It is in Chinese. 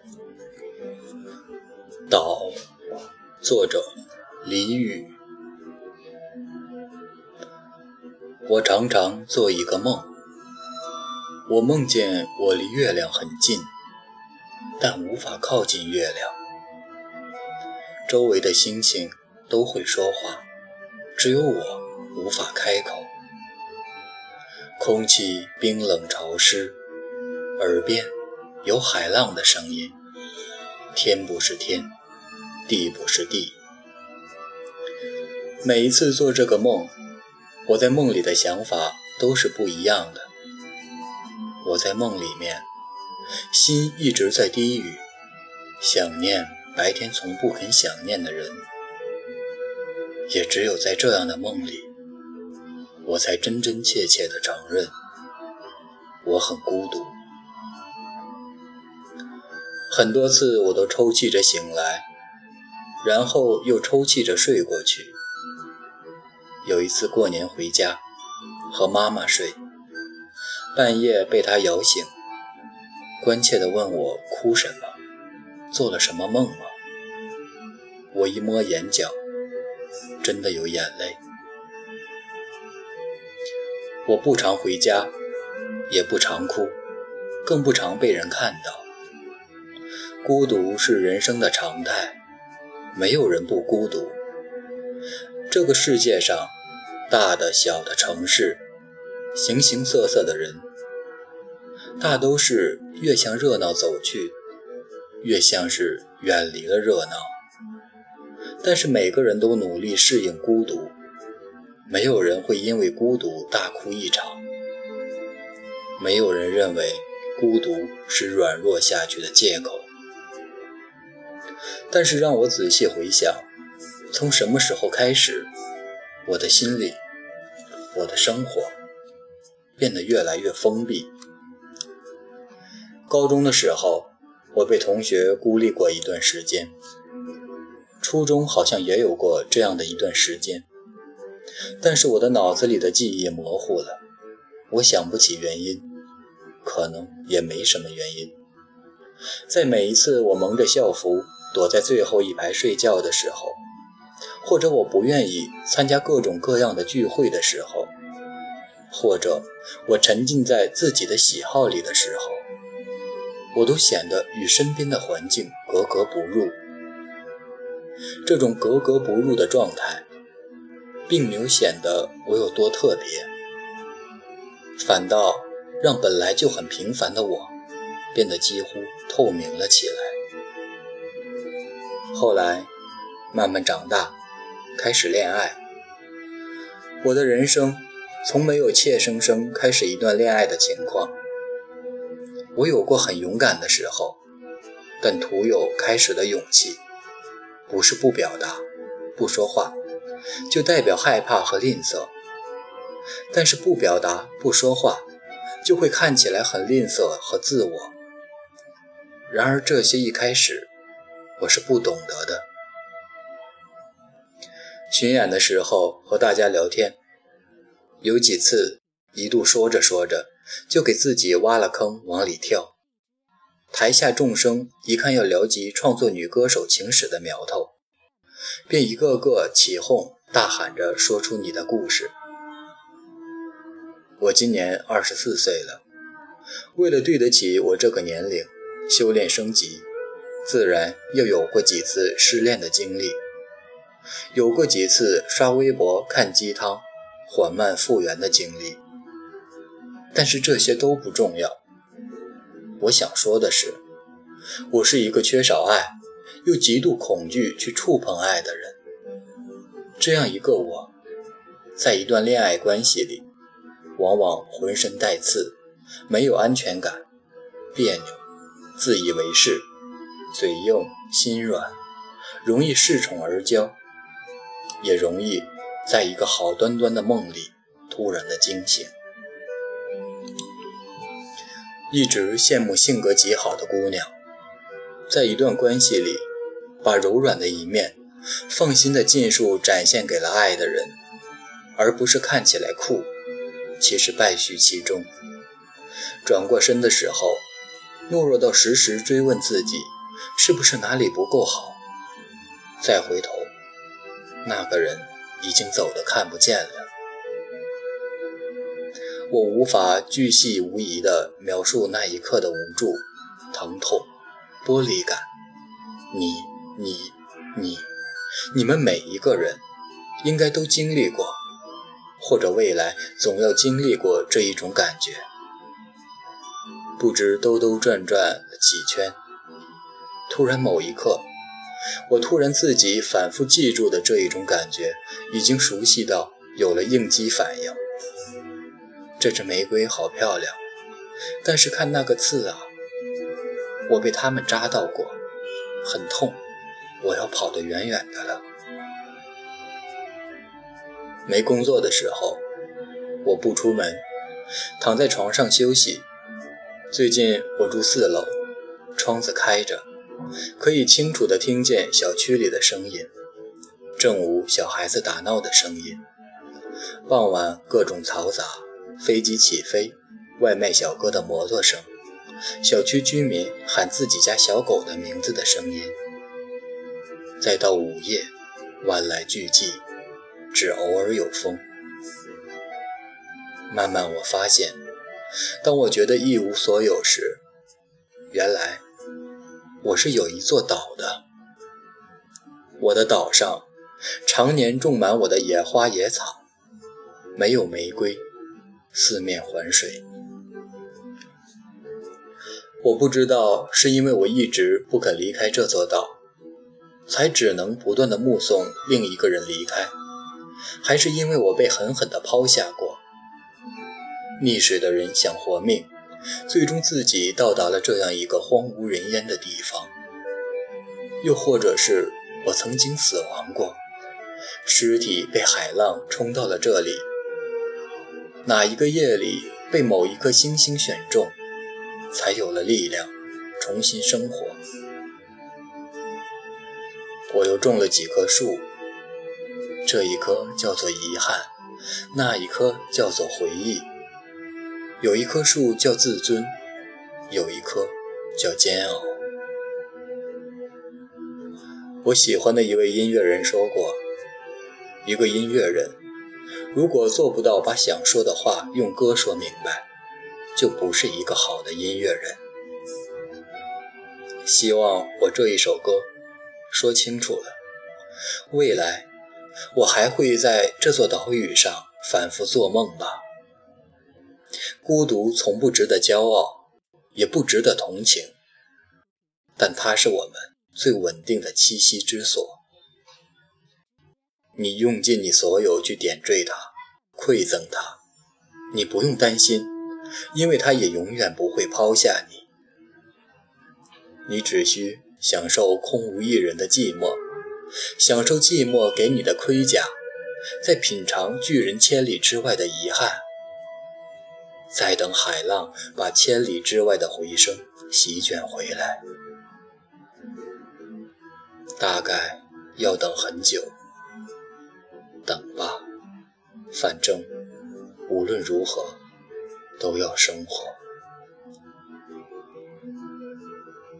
岛，作者李宇。我常常做一个梦，我梦见我离月亮很近，但无法靠近月亮。周围的星星都会说话，只有我无法开口。空气冰冷潮湿，耳边有海浪的声音，天不是天，地不是地。每一次做这个梦，我在梦里的想法都是不一样的。我在梦里面，心一直在低语，想念白天从不肯想念的人。也只有在这样的梦里，我才真真切切地承认，我很孤独。很多次我都抽泣着醒来，然后又抽泣着睡过去。有一次过年回家，和妈妈睡，半夜被她摇醒，关切地问我哭什么，做了什么梦吗？我一摸眼角，真的有眼泪。我不常回家，也不常哭，更不常被人看到。孤独是人生的常态，没有人不孤独。这个世界上，大的小的城市，形形色色的人，大都是越向热闹走去，越像是远离了热闹。但是每个人都努力适应孤独，没有人会因为孤独大哭一场，没有人认为孤独是软弱下去的借口。但是让我仔细回想，从什么时候开始，我的心里，我的生活变得越来越封闭。高中的时候，我被同学孤立过一段时间，初中好像也有过这样的一段时间，但是我的脑子里的记忆模糊了，我想不起原因，可能也没什么原因。在每一次我蒙着校服躲在最后一排睡觉的时候，或者我不愿意参加各种各样的聚会的时候，或者我沉浸在自己的喜好里的时候，我都显得与身边的环境格格不入。这种格格不入的状态并没有显得我有多特别，反倒让本来就很平凡的我变得几乎透明了起来。后来慢慢长大，开始恋爱。我的人生从没有怯生生开始一段恋爱的情况。我有过很勇敢的时候，但徒有开始的勇气。不是不表达，不说话，就代表害怕和吝啬。但是不表达，不说话，就会看起来很吝啬和自我。然而这些一开始，我是不懂得的。巡演的时候和大家聊天，有几次一度说着说着就给自己挖了坑往里跳。台下众生一看要聊及创作女歌手情史的苗头，便一个个起哄大喊着说出你的故事。我今年24岁了，为了对得起我这个年龄，修炼升级，自然又有过几次失恋的经历，有过几次刷微博看鸡汤缓慢复原的经历。但是这些都不重要。我想说的是，我是一个缺少爱又极度恐惧去触碰爱的人。这样一个我，在一段恋爱关系里，往往浑身带刺，没有安全感，别扭，自以为是，嘴硬心软，容易恃宠而骄，也容易在一个好端端的梦里突然的惊醒。一直羡慕性格极好的姑娘，在一段关系里把柔软的一面放心的尽数展现给了爱的人，而不是看起来酷，其实败絮其中。转过身的时候，懦弱到时时追问自己是不是哪里不够好？再回头，那个人已经走得看不见了。我无法巨细无遗地描述那一刻的无助、疼痛、剥离感。你们每一个人应该都经历过，或者未来总要经历过这一种感觉。不知兜兜转转了几圈，突然某一刻，我突然自己反复记住的这一种感觉，已经熟悉到有了应激反应。这支玫瑰好漂亮，但是看那个刺啊，我被它们扎到过，很痛，我要跑得远远的了。没工作的时候，我不出门，躺在床上休息。最近我住4楼，窗子开着，可以清楚地听见小区里的声音，正午小孩子打闹的声音，傍晚各种嘈杂，飞机起飞，外卖小哥的摩托声，小区居民喊自己家小狗的名字的声音，再到午夜，万籁俱寂，只偶尔有风。慢慢我发现，当我觉得一无所有时，原来我是有一座岛的。我的岛上常年种满我的野花野草，没有玫瑰，四面环水。我不知道是因为我一直不肯离开这座岛，才只能不断地目送另一个人离开，还是因为我被狠狠地抛下过。溺水的人想活命，最终自己到达了这样一个荒无人烟的地方。又或者是我曾经死亡过，尸体被海浪冲到了这里，哪一个夜里被某一颗星星选中，才有了力量重新生活。我又种了几棵树，这一棵叫做遗憾，那一棵叫做回忆，有一棵树叫自尊，有一棵叫煎熬。我喜欢的一位音乐人说过，一个音乐人如果做不到把想说的话用歌说明白，就不是一个好的音乐人。希望我这一首歌说清楚了，未来我还会在这座岛屿上反复做梦吧。孤独从不值得骄傲，也不值得同情，但它是我们最稳定的栖息之所。你用尽你所有去点缀它，馈赠它，你不用担心，因为它也永远不会抛下你。你只需享受空无一人的寂寞，享受寂寞给你的盔甲，在品尝拒人千里之外的遗憾，再等海浪把千里之外的回声席卷回来。大概要等很久，等吧，反正无论如何都要生活。